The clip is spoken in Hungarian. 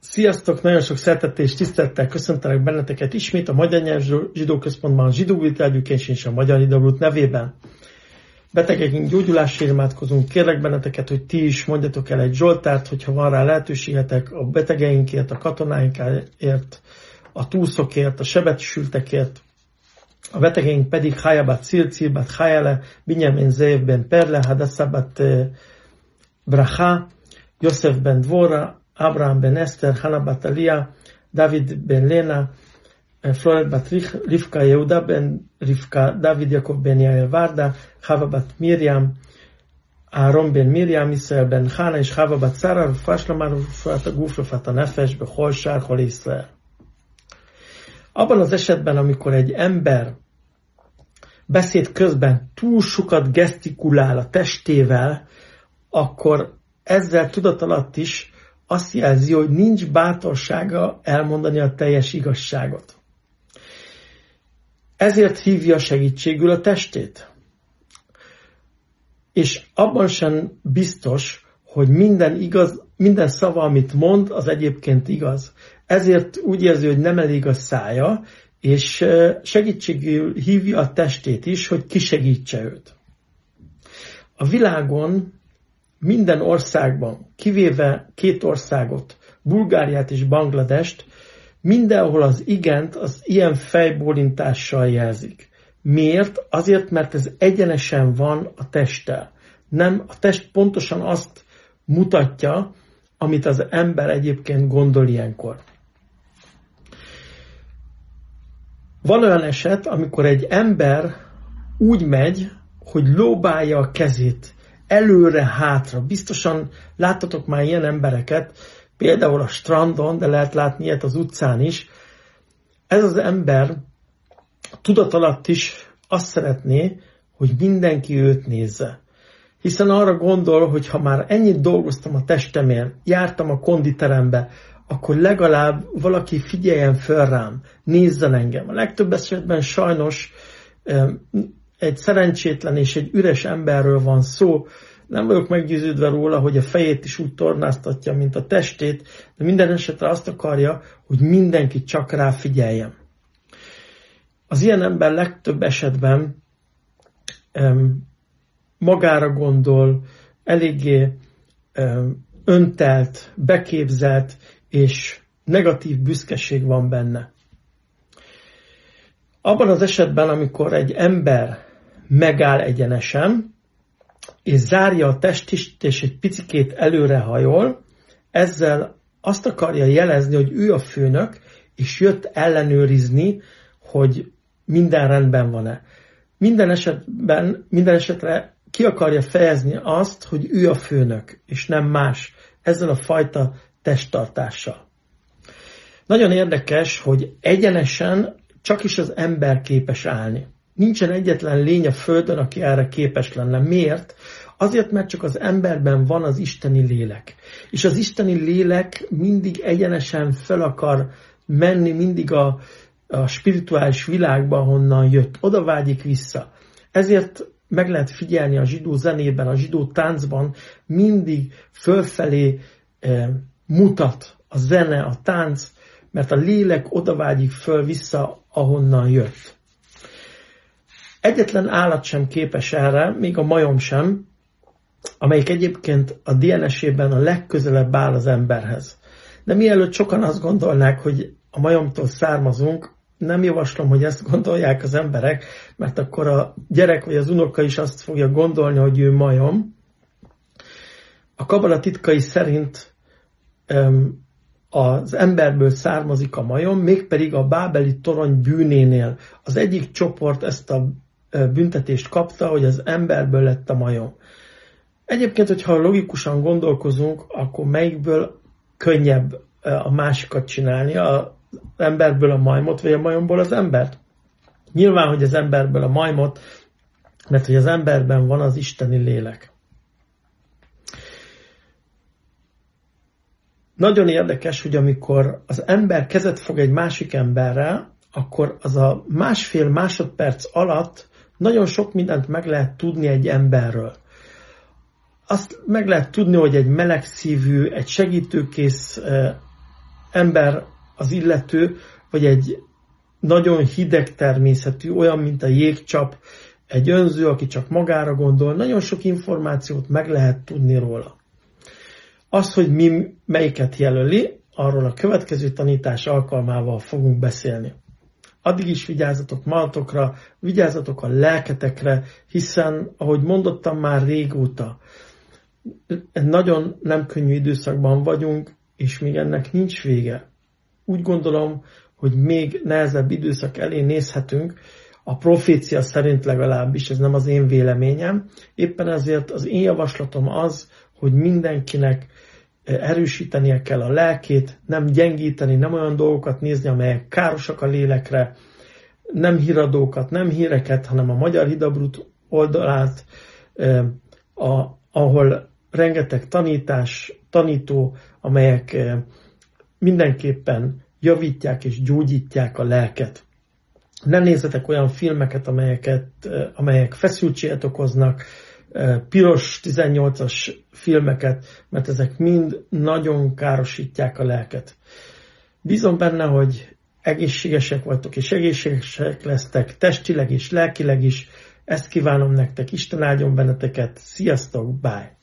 Sziasztok! Nagyon sok szeretettel és tisztelettel köszöntelek benneteket ismét a Magyar Nyelv Zsidó Központban, a Zsidó Világgyűjtés és a Magyar Hidabrut nevében. Betegekünk gyógyulásért imádkozunk, kérlek benneteket, hogy ti is mondjatok el egy zsoltárt, hogyha van rá lehetőségetek, a betegeinkért, a katonáinkért, a túlszokért, a sebesültekért, a betegeink pedig Hajabat Cilbat Hajale, Binyamin Zeev ben Perle, Hadassabat Bracha, Yosef ben Dvora, Abraham ben Esther, Hana bat Alia, David ben Lena, Floret bat Rivka, Yehuda ben Rivka, David Jakob ben Yael Varda, Chava bat Miriam, Aaron ben Miriam, Israel ben Hana, és Chava bat Sara, Rufás Lamar, Rufát a Guf, Rufát a Nefes, Bechol Sár, Hol Israel. Abban az esetben, amikor egy ember beszéd közben túl sokat gesztikulál a testével, akkor ezzel tudatalatt is azt jelzi, hogy nincs bátorsága elmondani a teljes igazságot. Ezért hívja segítségül a testét. És abban sem biztos, hogy minden szava, amit mond, az egyébként igaz. Ezért úgy érzi, hogy nem elég a szája, és segítségül hívja a testét is, hogy kisegítse őt. A világon minden országban, kivéve 2 országot, Bulgáriát és Bangladest, mindenhol az igent az ilyen fejbólintással jelzik. Miért? Azért, mert ez egyenesen van a testtel. Nem, a test pontosan azt mutatja, amit az ember egyébként gondol ilyenkor. Van olyan eset, amikor egy ember úgy megy, hogy lóbálja a kezét előre-hátra. Biztosan láttatok már ilyen embereket, például a strandon, de lehet látni ilyet az utcán is. Ez az ember tudatalatt is azt szeretné, hogy mindenki őt nézze. Hiszen arra gondol, hogy ha már ennyit dolgoztam a testemért, jártam a konditerembe, akkor legalább valaki figyeljen föl rám, nézzen engem. A legtöbb esetben sajnos egy szerencsétlen és egy üres emberről van szó. Nem vagyok meggyőződve róla, hogy a fejét is úgy tornáztatja, mint a testét, de minden esetre azt akarja, hogy mindenki csak rá figyeljen. Az ilyen ember legtöbb esetben magára gondol, eléggé öntelt, beképzelt, és negatív büszkeség van benne. Abban az esetben, amikor egy ember megáll egyenesen, és zárja a testist, és egy picikét előrehajol, ezzel azt akarja jelezni, hogy ő a főnök, és jött ellenőrizni, hogy minden rendben van-e. Minden esetre ki akarja fejezni azt, hogy ő a főnök, és nem más, ezzel a fajta testtartással. Nagyon érdekes, hogy egyenesen csak is az ember képes állni. Nincsen egyetlen lény a Földön, aki erre képes lenne. Miért? Azért, mert csak az emberben van az isteni lélek. És az isteni lélek mindig egyenesen fel akar menni, mindig a spirituális világba, honnan jött. Oda vágyik vissza. Ezért meg lehet figyelni a zsidó zenében, a zsidó táncban, mindig fölfelé mutat a zene, a tánc, mert a lélek oda vágyik föl vissza, ahonnan jött. Egyetlen állat sem képes erre, még a majom sem, amelyik egyébként a DNS-ében a legközelebb áll az emberhez. De mielőtt sokan azt gondolnák, hogy a majomtól származunk, nem javaslom, hogy ezt gondolják az emberek, mert akkor a gyerek vagy az unoka is azt fogja gondolni, hogy ő majom. A kabala titkai szerint az emberből származik a majom, mégpedig a bábeli torony bűnénél. Az egyik csoport ezt a büntetést kapta, hogy az emberből lett a majom. Egyébként, hogyha logikusan gondolkozunk, akkor melyikből könnyebb a másikat csinálni, az emberből a majmot, vagy a majomból az embert? Nyilván, hogy az emberből a majmot, mert hogy az emberben van az isteni lélek. Nagyon érdekes, hogy amikor az ember kezet fog egy másik emberrel, akkor az a 1,5 másodperc alatt nagyon sok mindent meg lehet tudni egy emberről. Azt meg lehet tudni, hogy egy melegszívű, egy segítőkész ember az illető, vagy egy nagyon hideg természetű, olyan, mint a jégcsap, egy önző, aki csak magára gondol, nagyon sok információt meg lehet tudni róla. Az, hogy mi melyiket jelöli, arról a következő tanítás alkalmával fogunk beszélni. Addig is vigyázzatok magatokra, vigyázzatok a lelketekre, hiszen, ahogy mondottam már régóta, nagyon nem könnyű időszakban vagyunk, és még ennek nincs vége. Úgy gondolom, hogy még nehezebb időszak elé nézhetünk, a profécia szerint legalábbis, ez nem az én véleményem. Éppen ezért az én javaslatom az, hogy mindenkinek erősítenie kell a lelkét, nem gyengíteni, nem olyan dolgokat nézni, amelyek károsak a lélekre, nem híradókat, nem híreket, hanem a Magyar Hidabrut oldalát, ahol rengeteg tanító, amelyek mindenképpen javítják és gyógyítják a lelket. Ne nézzetek olyan filmeket, amelyek feszültséget okoznak, piros 18-as filmeket, mert ezek mind nagyon károsítják a lelket. Bízom benne, hogy egészségesek vagytok, és egészségesek lesztek testileg és lelkileg is. Ezt kívánom nektek, Isten áldjon benneteket. Sziasztok, bye!